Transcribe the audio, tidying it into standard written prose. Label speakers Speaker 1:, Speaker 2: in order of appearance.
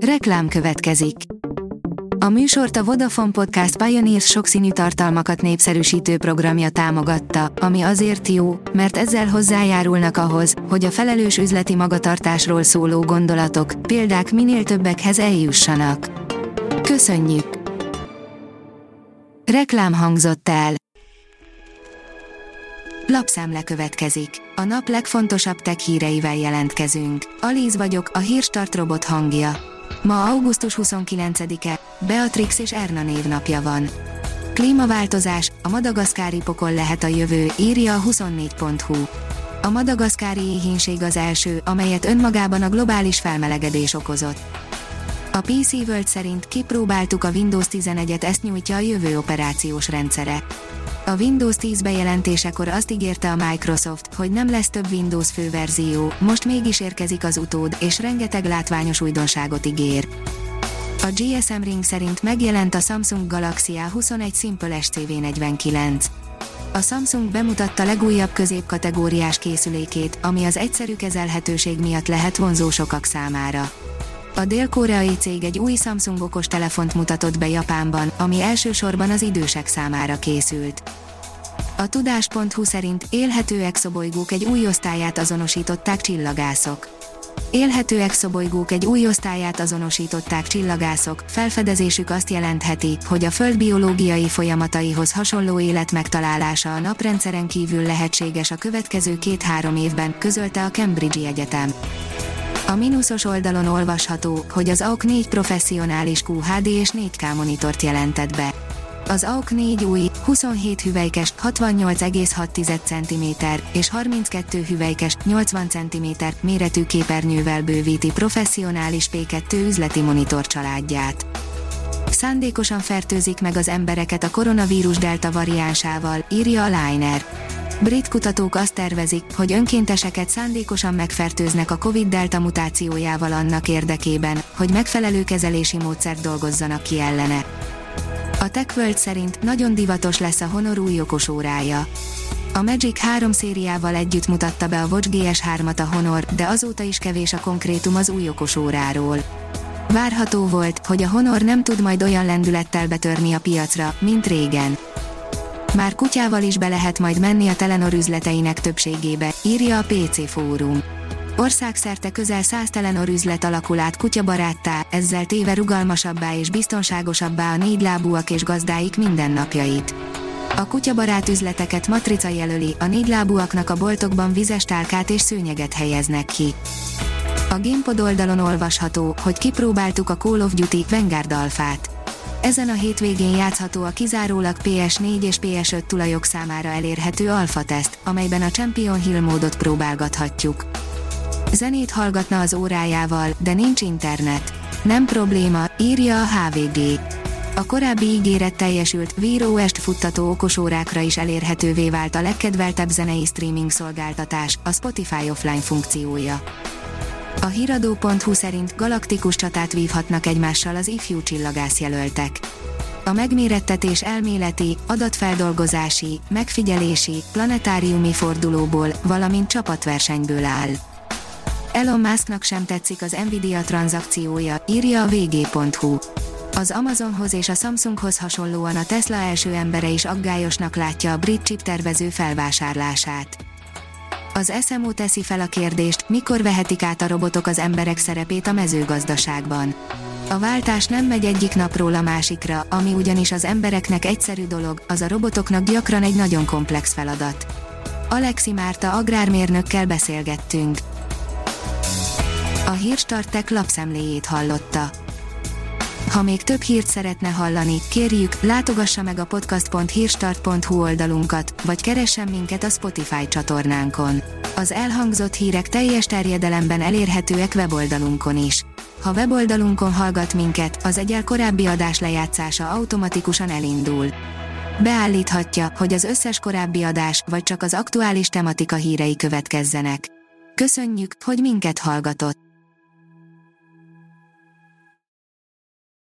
Speaker 1: Reklám következik. A műsort a Vodafone Podcast Pioneers sokszínű tartalmakat népszerűsítő programja támogatta, ami azért jó, mert ezzel hozzájárulnak ahhoz, hogy a felelős üzleti magatartásról szóló gondolatok, példák minél többekhez eljussanak. Köszönjük! Reklám hangzott el. Lapszemle következik. A nap legfontosabb tech híreivel jelentkezünk. Alíz vagyok, a Hírstart robot hangja. Ma augusztus 29-e, Beatrix és Erna névnapja van. Klímaváltozás, a madagaszkári pokol lehet a jövő, írja a 24.hu. A madagaszkári éhínség az első, amelyet önmagában a globális felmelegedés okozott. A PC World szerint kipróbáltuk a Windows 11-et, ezt nyújtja a jövő operációs rendszere. A Windows 10 bejelentésekor azt ígérte a Microsoft, hogy nem lesz több Windows főverzió, most mégis érkezik az utód, és rengeteg látványos újdonságot ígér. A GSM Ring szerint megjelent a Samsung Galaxy A21 Simple SCV49. A Samsung bemutatta legújabb középkategóriás készülékét, ami az egyszerű kezelhetőség miatt lehet vonzó sokak számára. A dél-koreai cég egy új Samsung okostelefont mutatott be Japánban, ami elsősorban az idősek számára készült. A tudás.hu szerint élhető exobolygók egy új osztályát azonosították csillagászok. Élhető exobolygók egy új osztályát azonosították csillagászok, felfedezésük azt jelentheti, hogy a Föld biológiai folyamataihoz hasonló élet megtalálása a naprendszeren kívül lehetséges a következő 2-3 évben, közölte a Cambridge-i Egyetem. A mínuszos oldalon olvasható, hogy az AOK 4 professzionális QHD és 4K monitort jelentett be. Az AOK 4 új, 27 hüvelykes, 68,6 cm és 32 hüvelykes, 80 cm méretű képernyővel bővíti professzionális P2 üzleti monitor családját. Szándékosan fertőzik meg az embereket a koronavírus delta variánsával, írja a Liner. Brit kutatók azt tervezik, hogy önkénteseket szándékosan megfertőznek a Covid-delta mutációjával annak érdekében, hogy megfelelő kezelési módszert dolgozzanak ki ellene. A TechWorld szerint nagyon divatos lesz a Honor új okosórája. A Magic 3 szériával együtt mutatta be a Watch GS3-at a Honor, de azóta is kevés a konkrétum az új okosóráról. Várható volt, hogy a Honor nem tud majd olyan lendülettel betörni a piacra, mint régen. Már kutyával is be lehet majd menni a Telenor üzleteinek többségébe, írja a PC Fórum. Országszerte közel 100 Telenor üzlet alakul át kutyabaráttá, ezzel téve rugalmasabbá és biztonságosabbá a négylábúak és gazdáik mindennapjait. A kutyabarát üzleteket matrica jelöli, a négylábúaknak a boltokban vizes tálkát és szőnyeget helyeznek ki. A Gamepod oldalon olvasható, hogy kipróbáltuk a Call of Duty Vanguard alfát. Ezen a hétvégén játszható a kizárólag PS4 és PS5 tulajok számára elérhető alfa teszt, amelyben a Champion Hill módot próbálgathatjuk. Zenét hallgatna az órájával, de nincs internet. Nem probléma, írja a HVG. A korábbi ígéret teljesült, Wear OS-t futtató okosórákra is elérhetővé vált a legkedveltebb zenei streaming szolgáltatás, a Spotify offline funkciója. A hiradó.hu szerint galaktikus csatát vívhatnak egymással az ifjú csillagászjelöltek. A megmérettetés elméleti, adatfeldolgozási, megfigyelési, planetáriumi fordulóból, valamint csapatversenyből áll. Elon Musknak sem tetszik az Nvidia tranzakciója, írja a vg.hu. Az Amazonhoz és a Samsunghoz hasonlóan a Tesla első embere is aggályosnak látja a brit chiptervező felvásárlását. Az SMO teszi fel a kérdést, mikor vehetik át a robotok az emberek szerepét a mezőgazdaságban. A váltás nem megy egyik napról a másikra, ami ugyanis az embereknek egyszerű dolog, az a robotoknak gyakran egy nagyon komplex feladat. Alexi Márta agrármérnökkel beszélgettünk. A Hírstart Tech lapszemléjét hallotta. Ha még több hírt szeretne hallani, kérjük, látogassa meg a podcast.hírstart.hu oldalunkat, vagy keressen minket a Spotify csatornánkon. Az elhangzott hírek teljes terjedelemben elérhetőek weboldalunkon is. Ha weboldalunkon hallgat minket, az egyel korábbi adás lejátszása automatikusan elindul. Beállíthatja, hogy az összes korábbi adás, vagy csak az aktuális tematika hírei következzenek. Köszönjük, hogy minket hallgatott!